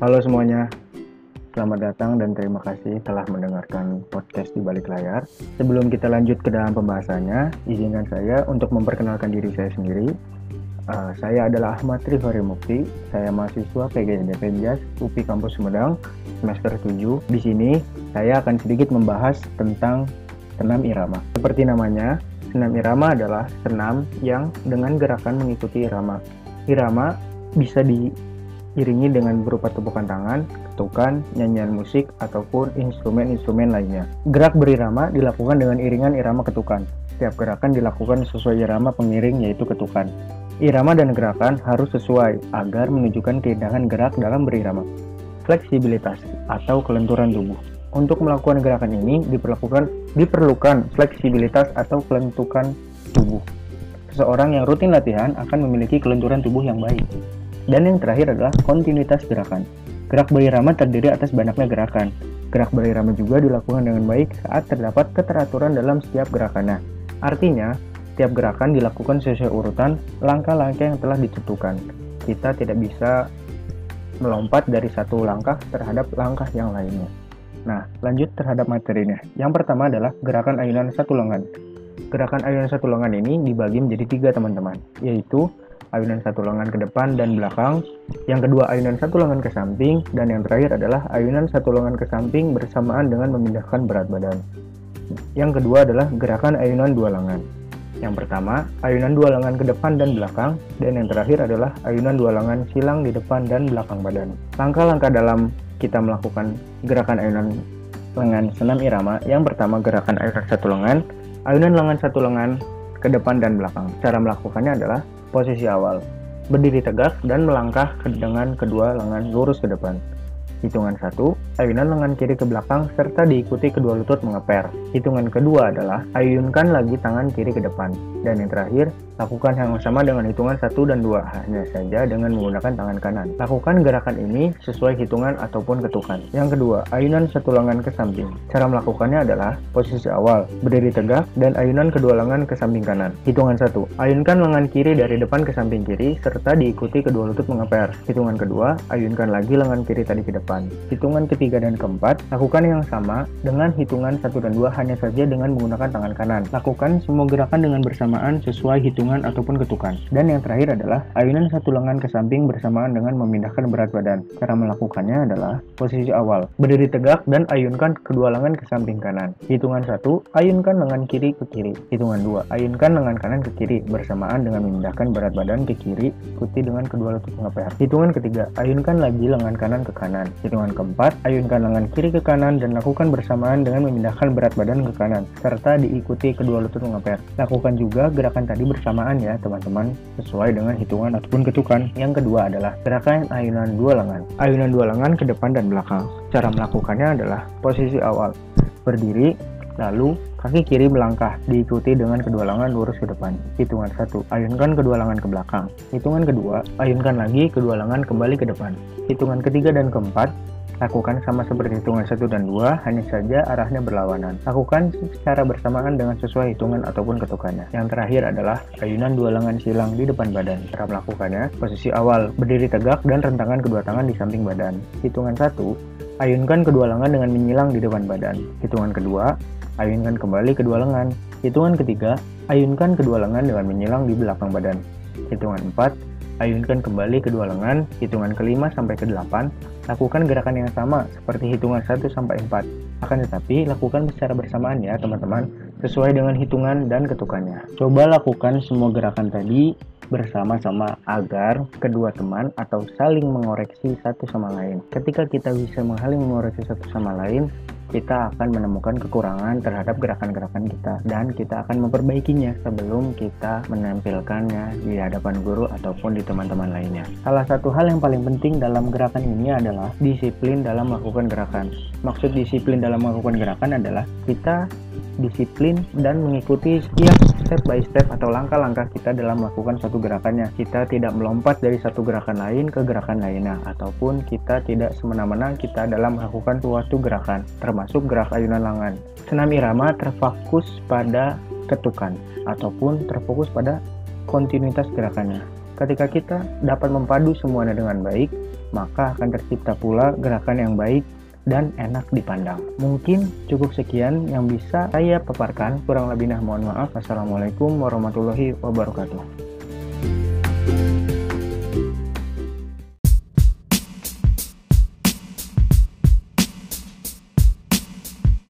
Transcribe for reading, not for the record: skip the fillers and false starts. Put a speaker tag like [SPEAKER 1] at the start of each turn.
[SPEAKER 1] Halo semuanya, selamat datang dan terima kasih telah mendengarkan podcast di balik layar. Sebelum kita lanjut ke dalam pembahasannya, izinkan saya untuk memperkenalkan diri saya sendiri. Saya adalah Ahmad Rifari Mukti, saya mahasiswa PGNDP Jas UPI Kampus Sumedang, semester 7. Di sini, saya akan sedikit membahas tentang senam irama. Seperti namanya, senam irama adalah senam yang dengan gerakan mengikuti irama. Irama bisa diiringi dengan berupa tepukan tangan, ketukan, nyanyian musik, ataupun instrumen-instrumen lainnya. Gerak berirama dilakukan dengan iringan irama ketukan. Setiap gerakan dilakukan sesuai irama pengiring, yaitu ketukan. Irama dan gerakan harus sesuai agar menunjukkan keindahan gerak dalam berirama. Fleksibilitas atau kelenturan tubuh. Untuk melakukan gerakan ini diperlukan fleksibilitas atau kelentukan tubuh. Seseorang yang rutin latihan akan memiliki kelenturan tubuh yang baik. Dan yang terakhir adalah kontinuitas gerakan. Gerak berirama terdiri atas banyaknya gerakan. Gerak berirama juga dilakukan dengan baik saat terdapat keteraturan dalam setiap gerakannya. Artinya, setiap gerakan dilakukan sesuai urutan langkah-langkah yang telah ditentukan. Kita tidak bisa melompat dari satu langkah terhadap langkah yang lainnya. Nah, lanjut terhadap materinya. Yang pertama adalah gerakan ayunan satu lengan. Gerakan ayunan satu lengan ini dibagi menjadi 3 teman-teman, yaitu ayunan satu lengan ke depan dan belakang, yang kedua ayunan satu lengan ke samping, dan yang terakhir adalah ayunan satu lengan ke samping bersamaan dengan memindahkan berat badan. Yang kedua adalah gerakan ayunan dua lengan. Yang pertama, ayunan dua lengan ke depan dan belakang, dan yang terakhir adalah ayunan dua lengan silang di depan dan belakang badan. Langkah-langkah dalam kita melakukan gerakan ayunan lengan senam irama, yang pertama gerakan ayunan satu lengan, ayunan lengan satu lengan ke depan dan belakang. Cara melakukannya adalah posisi awal, berdiri tegak dan melangkah dengan kedua lengan lurus ke depan. Hitungan 1, ayunan lengan kiri ke belakang serta diikuti kedua lutut mengeper. Hitungan kedua adalah ayunkan lagi tangan kiri ke depan. Dan yang terakhir, lakukan yang sama dengan hitungan 1 dan 2, hanya saja dengan menggunakan tangan kanan. Lakukan gerakan ini sesuai hitungan ataupun ketukan. Yang kedua, ayunan satu lengan ke samping. Cara melakukannya adalah posisi awal, berdiri tegak dan ayunan kedua lengan ke samping kanan. Hitungan 1, ayunkan lengan kiri dari depan ke samping kiri serta diikuti kedua lutut mengeper. Hitungan kedua, ayunkan lagi lengan kiri tadi ke depan. Hitungan ketiga dan keempat, lakukan yang sama dengan hitungan 1 dan 2 hanya saja dengan menggunakan tangan kanan. Lakukan semua gerakan dengan bersamaan sesuai hitungan ataupun ketukan. Dan yang terakhir adalah ayunan satu lengan ke samping bersamaan dengan memindahkan berat badan. Cara melakukannya adalah posisi awal, berdiri tegak dan ayunkan kedua lengan ke samping kanan. Hitungan 1, ayunkan lengan kiri ke kiri. Hitungan 2, ayunkan lengan kanan ke kiri bersamaan dengan memindahkan berat badan ke kiri, ikuti dengan kedua lutut mengeper. Hitungan ketiga, ayunkan lagi lengan kanan ke kanan. Hitungan keempat, ayunkan lengan kiri ke kanan dan lakukan bersamaan dengan memindahkan berat badan ke kanan, serta diikuti kedua lutut mengeper. Lakukan juga gerakan tadi bersamaan ya teman-teman, sesuai dengan hitungan ataupun ketukan. Yang kedua adalah gerakan ayunan dua lengan. Ayunan dua lengan ke depan dan belakang. Cara melakukannya adalah posisi awal, berdiri, lalu kaki kiri melangkah, diikuti dengan kedua lengan lurus ke depan. Hitungan 1, ayunkan kedua lengan ke belakang. Hitungan kedua, ayunkan lagi kedua lengan kembali ke depan. Hitungan ketiga dan keempat, lakukan sama seperti hitungan 1 dan 2, hanya saja arahnya berlawanan. Lakukan secara bersamaan dengan sesuai hitungan ataupun ketukannya. Yang terakhir adalah ayunan dua lengan silang di depan badan. Cara melakukannya, posisi awal, berdiri tegak dan rentangkan kedua tangan di samping badan. Hitungan 1, ayunkan kedua lengan dengan menyilang di depan badan. Hitungan kedua, ayunkan kembali kedua lengan. Hitungan ketiga, ayunkan kedua lengan dengan menyilang di belakang badan. Hitungan 4, ayunkan kembali kedua lengan. Hitungan kelima sampai ke-8, lakukan gerakan yang sama seperti hitungan 1 sampai 4. Akan tetapi, lakukan secara bersamaan ya teman-teman, sesuai dengan hitungan dan ketukannya. Coba lakukan semua gerakan tadi bersama-sama agar kedua teman atau saling mengoreksi satu sama lain. Ketika kita bisa saling mengoreksi satu sama lain, kita akan menemukan kekurangan terhadap gerakan-gerakan kita dan kita akan memperbaikinya sebelum kita menampilkannya di hadapan guru ataupun di teman-teman lainnya. Salah satu hal yang paling penting dalam gerakan ini adalah disiplin dalam melakukan gerakan. Maksud disiplin dalam melakukan gerakan adalah kita disiplin dan mengikuti setiap step by step atau langkah-langkah kita dalam melakukan suatu gerakannya. Kita tidak melompat dari satu gerakan lain ke gerakan lainnya, ataupun kita tidak semena-mena kita dalam melakukan suatu gerakan, termasuk gerak ayunan lengan. Senam irama terfokus pada ketukan ataupun terfokus pada kontinuitas gerakannya. Ketika kita dapat mempadu semuanya dengan baik, maka akan tercipta pula gerakan yang baik dan enak dipandang. Mungkin cukup sekian yang bisa saya paparkan. Kurang lebihnya mohon maaf. Assalamualaikum warahmatullahi wabarakatuh.